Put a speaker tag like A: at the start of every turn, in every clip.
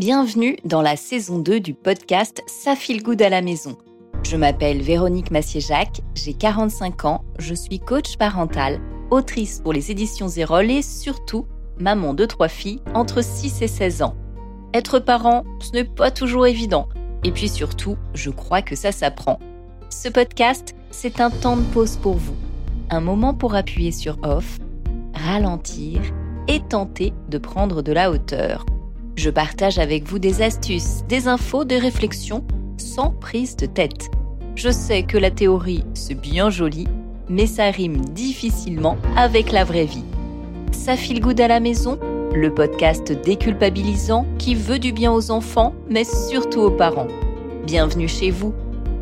A: Bienvenue dans la saison 2 du podcast Ça feel good à la maison. Je m'appelle Véronique Massier-Jacques, j'ai 45 ans, je suis coach parental, autrice pour les éditions Zérol et surtout maman de 3 filles entre 6 et 16 ans. Être parent, ce n'est pas toujours évident. Et puis surtout, je crois que ça s'apprend. Ce podcast, c'est un temps de pause pour vous. Un moment pour appuyer sur off, ralentir et tenter de prendre de la hauteur. Je partage avec vous des astuces, des infos, des réflexions, sans prise de tête. Je sais que la théorie, c'est bien joli, mais ça rime difficilement avec la vraie vie. Ça feel good à la maison, le podcast déculpabilisant qui veut du bien aux enfants, mais surtout aux parents. Bienvenue chez vous.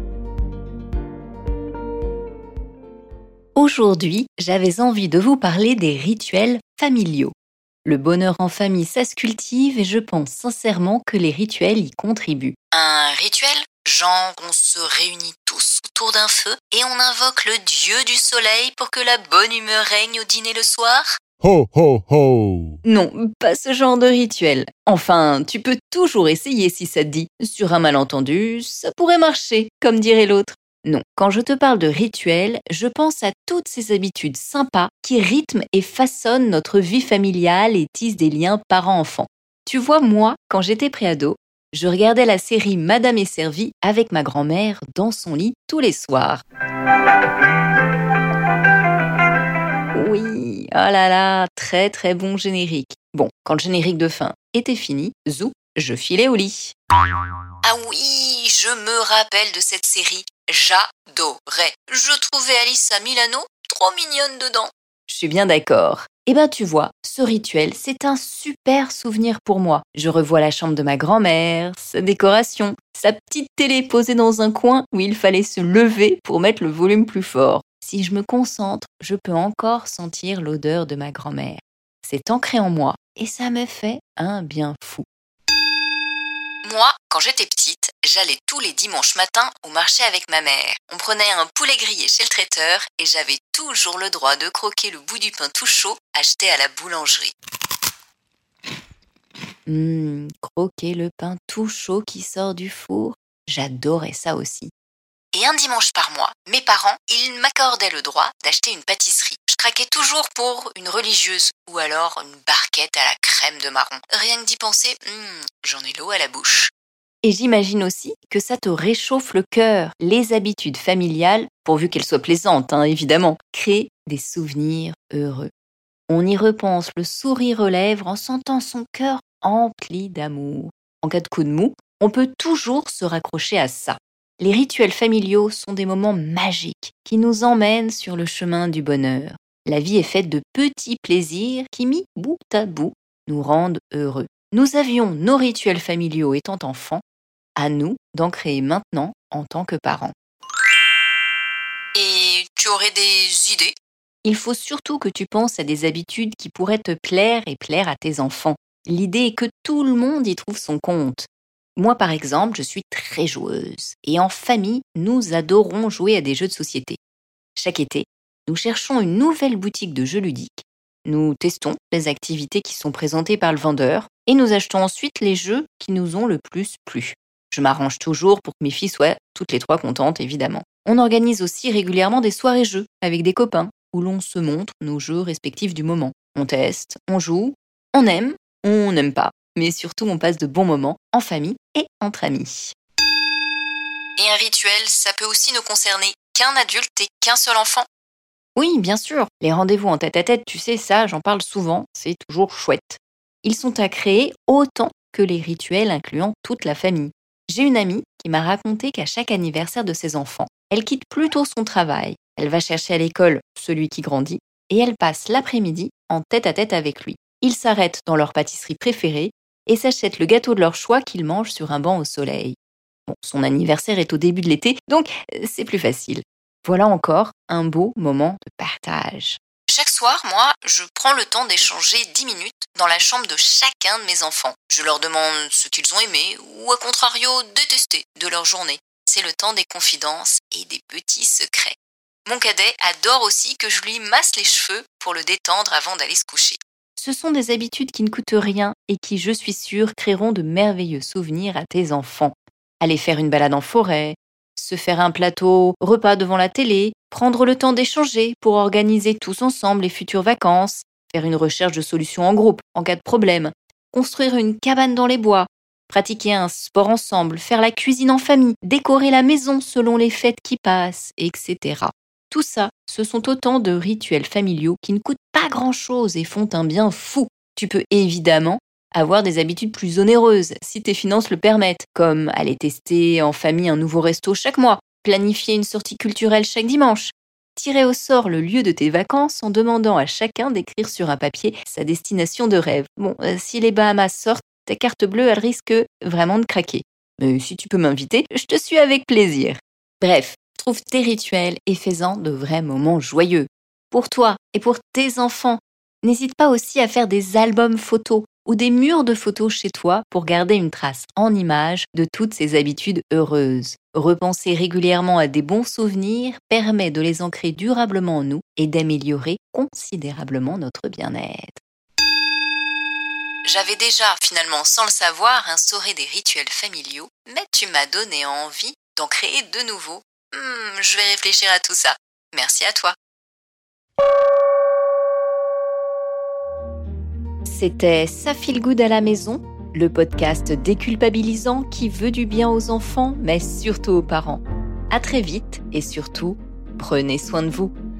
A: Aujourd'hui, j'avais envie de vous parler des rituels familiaux. Le bonheur en famille, ça se cultive et je pense sincèrement que les rituels y contribuent.
B: Un rituel, genre on se réunit tous autour d'un feu et on invoque le dieu du soleil pour que la bonne humeur règne au dîner le soir?
C: Ho ho ho!
A: Non, pas ce genre de rituel. Enfin, tu peux toujours essayer si ça te dit. Sur un malentendu, ça pourrait marcher, comme dirait l'autre. Non, quand je te parle de rituels, je pense à toutes ces habitudes sympas qui rythment et façonnent notre vie familiale et tissent des liens parents-enfants. Tu vois, moi, quand j'étais préado, je regardais la série Madame est servie avec ma grand-mère dans son lit tous les soirs. Oui, oh là là, très très bon générique. Bon, quand le générique de fin était fini, zou, je filais au lit.
B: Ah oui, je me rappelle de cette série. J'adorais. Je trouvais Alyssa Milano trop mignonne dedans.
A: Je suis bien d'accord. Eh ben tu vois, ce rituel, c'est un super souvenir pour moi. Je revois la chambre de ma grand-mère, sa décoration, sa petite télé posée dans un coin où il fallait se lever pour mettre le volume plus fort. Si je me concentre, je peux encore sentir l'odeur de ma grand-mère. C'est ancré en moi et ça me fait un bien fou.
B: Moi, quand j'étais petite, j'allais tous les dimanches matins au marché avec ma mère. On prenait un poulet grillé chez le traiteur et j'avais toujours le droit de croquer le bout du pain tout chaud acheté à la boulangerie.
A: Croquer le pain tout chaud qui sort du four, j'adorais ça aussi.
B: Et un dimanche par mois, mes parents, ils m'accordaient le droit d'acheter une pâtisserie. Je craquais toujours pour une religieuse ou alors une barquette à la crème de marron. Rien que d'y penser, j'en ai l'eau à la bouche.
A: Et j'imagine aussi que ça te réchauffe le cœur. Les habitudes familiales, pourvu qu'elles soient plaisantes, évidemment, créent des souvenirs heureux. On y repense le sourire aux lèvres en sentant son cœur empli d'amour. En cas de coup de mou, on peut toujours se raccrocher à ça. Les rituels familiaux sont des moments magiques qui nous emmènent sur le chemin du bonheur. La vie est faite de petits plaisirs qui, mis bout à bout, nous rendent heureux. Nous avions nos rituels familiaux étant enfants, à nous d'en créer maintenant en tant que parents.
B: Et tu aurais des idées?
A: Il faut surtout que tu penses à des habitudes qui pourraient te plaire et plaire à tes enfants. L'idée est que tout le monde y trouve son compte. Moi, par exemple, je suis très joueuse. Et en famille, nous adorons jouer à des jeux de société. Chaque été, nous cherchons une nouvelle boutique de jeux ludiques. Nous testons les activités qui sont présentées par le vendeur et nous achetons ensuite les jeux qui nous ont le plus plu. Je m'arrange toujours pour que mes filles soient toutes les 3 contentes, évidemment. On organise aussi régulièrement des soirées jeux avec des copains où l'on se montre nos jeux respectifs du moment. On teste, on joue, on aime, on n'aime pas. Mais surtout, on passe de bons moments en famille et entre amis.
B: Et un rituel, ça peut aussi ne concerner qu'un adulte et qu'un seul enfant?
A: Oui, bien sûr, les rendez-vous en tête-à-tête, tu sais, ça, j'en parle souvent, c'est toujours chouette. Ils sont à créer autant que les rituels incluant toute la famille. J'ai une amie qui m'a raconté qu'à chaque anniversaire de ses enfants, elle quitte plus tôt son travail, elle va chercher à l'école celui qui grandit et elle passe l'après-midi en tête-à-tête avec lui. Ils s'arrêtent dans leur pâtisserie préférée et s'achètent le gâteau de leur choix qu'ils mangent sur un banc au soleil. Bon, son anniversaire est au début de l'été, donc c'est plus facile. Voilà encore un beau moment de partage.
B: Chaque soir, moi, je prends le temps d'échanger 10 minutes dans la chambre de chacun de mes enfants. Je leur demande ce qu'ils ont aimé ou, à contrario, détesté de leur journée. C'est le temps des confidences et des petits secrets. Mon cadet adore aussi que je lui masse les cheveux pour le détendre avant d'aller se coucher.
A: Ce sont des habitudes qui ne coûtent rien et qui, je suis sûre, créeront de merveilleux souvenirs à tes enfants. Aller faire une balade en forêt, se faire un plateau repas devant la télé, prendre le temps d'échanger pour organiser tous ensemble les futures vacances, faire une recherche de solutions en groupe en cas de problème, construire une cabane dans les bois, pratiquer un sport ensemble, faire la cuisine en famille, décorer la maison selon les fêtes qui passent, etc. Tout ça, ce sont autant de rituels familiaux qui ne coûtent pas grand-chose et font un bien fou. Tu peux évidemment avoir des habitudes plus onéreuses si tes finances le permettent, comme aller tester en famille un nouveau resto chaque mois, planifier une sortie culturelle chaque dimanche, tirer au sort le lieu de tes vacances en demandant à chacun d'écrire sur un papier sa destination de rêve. Si les Bahamas sortent, ta carte bleue, elle risque vraiment de craquer. Mais si tu peux m'inviter, je te suis avec plaisir. Bref, trouve tes rituels et fais-en de vrais moments joyeux. Pour toi et pour tes enfants, n'hésite pas aussi à faire des albums photos ou des murs de photos chez toi pour garder une trace en images de toutes ces habitudes heureuses. Repenser régulièrement à des bons souvenirs permet de les ancrer durablement en nous et d'améliorer considérablement notre bien-être.
B: J'avais déjà, finalement sans le savoir, instauré des rituels familiaux, mais tu m'as donné envie d'en créer de nouveaux. Je vais réfléchir à tout ça. Merci à toi.
A: C'était Ça Feel Good à la maison, le podcast déculpabilisant qui veut du bien aux enfants, mais surtout aux parents. À très vite et surtout, prenez soin de vous.